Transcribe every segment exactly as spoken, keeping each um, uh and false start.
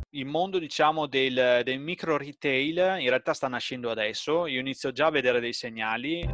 il mondo, diciamo, del, del micro retail in realtà sta nascendo adesso. Io inizio già a vedere dei segnali.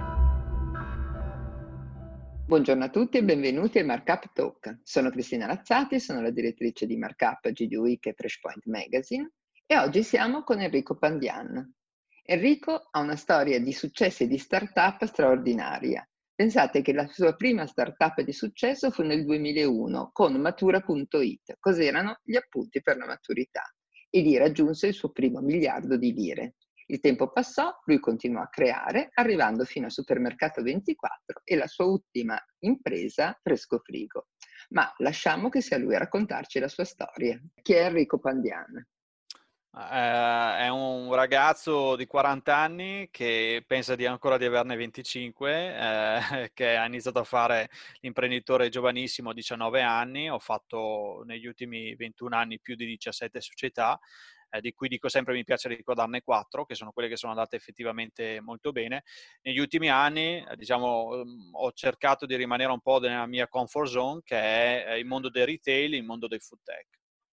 Buongiorno a tutti e benvenuti al Markup Talk. Sono Cristina Lazzati, sono la direttrice di Markup G D Week e Freshpoint Magazine e oggi siamo con Enrico Pandian. Enrico ha una storia di successo e di startup straordinaria. Pensate che la sua prima startup di successo fu nel duemilauno con matura punto it. Cos'erano gli appunti per la maturità? E lì raggiunse il suo primo miliardo di lire. Il tempo passò, lui continuò a creare, arrivando fino a Supermercato ventiquattro e la sua ultima impresa, Frescofrigo. Ma lasciamo che sia lui a raccontarci la sua storia. Chi è Enrico Pandian? Eh, è un ragazzo di quaranta anni che pensa di ancora di averne venticinque, eh, che ha iniziato a fare l'imprenditore giovanissimo a diciannove anni. Ho fatto negli ultimi ventuno anni più di diciassette società, eh, di cui dico sempre mi piace ricordarne quattro, che sono quelle che sono andate effettivamente molto bene. Negli ultimi anni, eh, diciamo, ehm, ho cercato di rimanere un po' nella mia comfort zone, che è il mondo del retail, il mondo del food tech.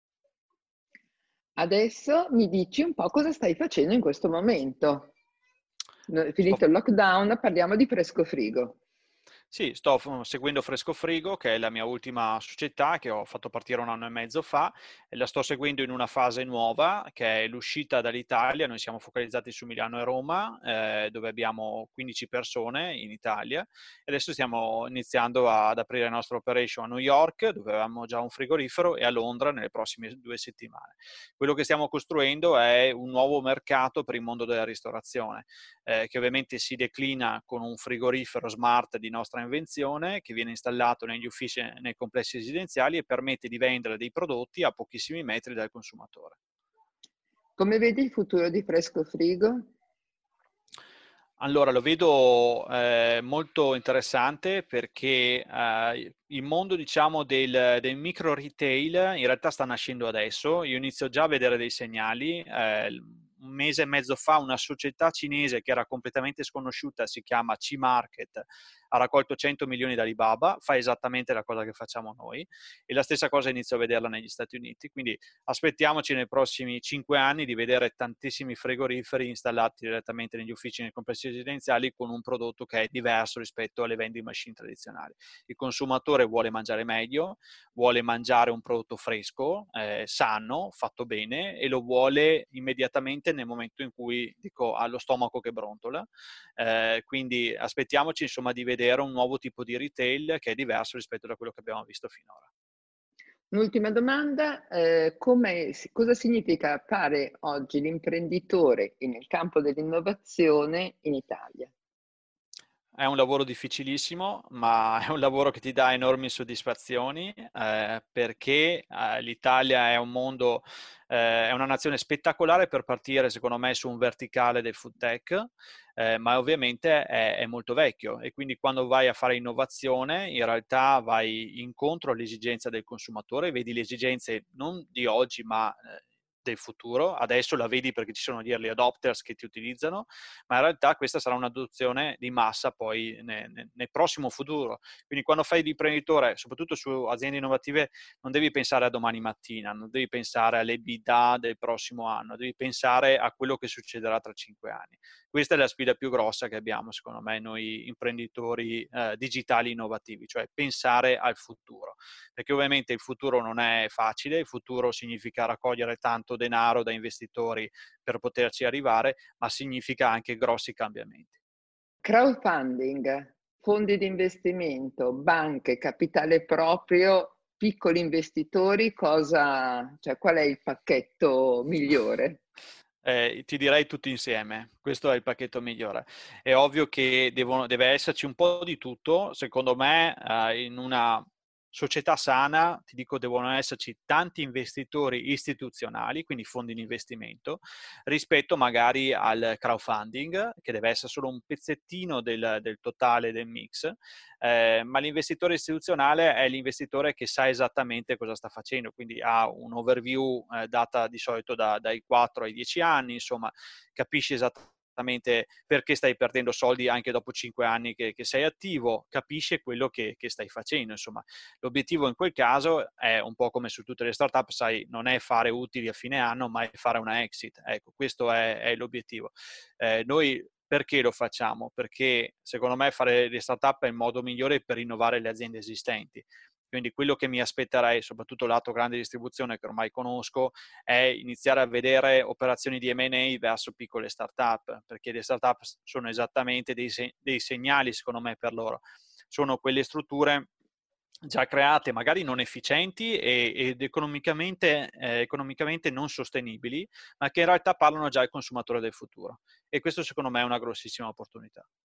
Adesso mi dici un po' cosa stai facendo in questo momento. No, Sto finito il lockdown, parliamo di Frescofrigo. Sì, sto f- seguendo Frescofrigo, che è la mia ultima società che ho fatto partire un anno e mezzo fa, e la sto seguendo in una fase nuova, che è l'uscita dall'Italia. Noi siamo focalizzati su Milano e Roma, eh, dove abbiamo quindici persone in Italia, e adesso stiamo iniziando ad aprire la nostra operation a New York, dove avevamo già un frigorifero, e a Londra nelle prossime due settimane. Quello che stiamo costruendo è un nuovo mercato per il mondo della ristorazione, eh, che ovviamente si declina con un frigorifero smart di nostra invenzione che viene installato negli uffici e nei complessi residenziali e permette di vendere dei prodotti a pochissimi metri dal consumatore. Come vedi il futuro di Frescofrigo? Allora, lo vedo eh, molto interessante perché eh, il mondo, diciamo, del, del micro retail in realtà sta nascendo adesso. Io inizio già a vedere dei segnali. Eh, un mese e mezzo fa una società cinese che era completamente sconosciuta, si chiama C-Market, ha raccolto cento milioni da Alibaba, fa esattamente la cosa che facciamo noi, e la stessa cosa inizio a vederla negli Stati Uniti. Quindi aspettiamoci nei prossimi cinque anni di vedere tantissimi frigoriferi installati direttamente negli uffici e nei complessi residenziali con un prodotto che è diverso rispetto alle vending machine tradizionali. Il consumatore vuole mangiare meglio, vuole mangiare un prodotto fresco, eh, sano, fatto bene, e lo vuole immediatamente nel momento in cui, dico, ha lo stomaco che brontola. Eh, quindi aspettiamoci, insomma, di vedere un nuovo tipo di retail che è diverso rispetto da quello che abbiamo visto finora. Un'ultima domanda, eh, come- cosa significa fare oggi l'imprenditore nel campo dell'innovazione in Italia? È un lavoro difficilissimo, ma è un lavoro che ti dà enormi soddisfazioni, eh, perché eh, l'Italia è un mondo, eh, è una nazione spettacolare per partire, secondo me, su un verticale del food tech, eh, ma ovviamente è, è molto vecchio, e quindi quando vai a fare innovazione, in realtà vai incontro all'esigenza del consumatore, vedi le esigenze non di oggi, ma eh, del futuro. Adesso la vedi perché ci sono gli early adopters che ti utilizzano, ma in realtà questa sarà un'adozione di massa poi nel, nel prossimo futuro. Quindi quando fai l'imprenditore, soprattutto su aziende innovative, non devi pensare a domani mattina, non devi pensare alle bida del prossimo anno, devi pensare a quello che succederà tra cinque anni. Questa è la sfida più grossa che abbiamo, secondo me, noi imprenditori eh, digitali innovativi, cioè pensare al futuro, perché ovviamente il futuro non è facile, il futuro significa raccogliere tanto denaro da investitori per poterci arrivare, ma significa anche grossi cambiamenti. Crowdfunding, fondi di investimento, banche, capitale proprio, piccoli investitori, cosa, cioè, qual è il pacchetto migliore? Eh, ti direi tutti insieme, questo è il pacchetto migliore. È ovvio che devono, deve esserci un po' di tutto, secondo me, eh, in una società sana, ti dico, devono esserci tanti investitori istituzionali, quindi fondi di investimento, rispetto magari al crowdfunding, che deve essere solo un pezzettino del, del totale del mix, eh, ma l'investitore istituzionale è l'investitore che sa esattamente cosa sta facendo, quindi ha un overview eh, data di solito da, dai quattro ai dieci anni, insomma, capisce esattamente esattamente perché stai perdendo soldi anche dopo cinque anni che, che sei attivo, capisce quello che, che stai facendo. Insomma, l'obiettivo in quel caso è un po' come su tutte le startup, sai, non è fare utili a fine anno, ma è fare una exit. Ecco, questo è, è l'obiettivo. Eh, noi perché lo facciamo? Perché secondo me fare le startup è il modo migliore per innovare le aziende esistenti. Quindi quello che mi aspetterei, soprattutto lato grande distribuzione che ormai conosco, è iniziare a vedere operazioni di M and A verso piccole startup, perché le startup sono esattamente dei, se- dei segnali, secondo me, per loro. Sono quelle strutture già create, magari non efficienti e, ed economicamente, eh, economicamente non sostenibili, ma che in realtà parlano già al consumatore del futuro. E questo secondo me è una grossissima opportunità.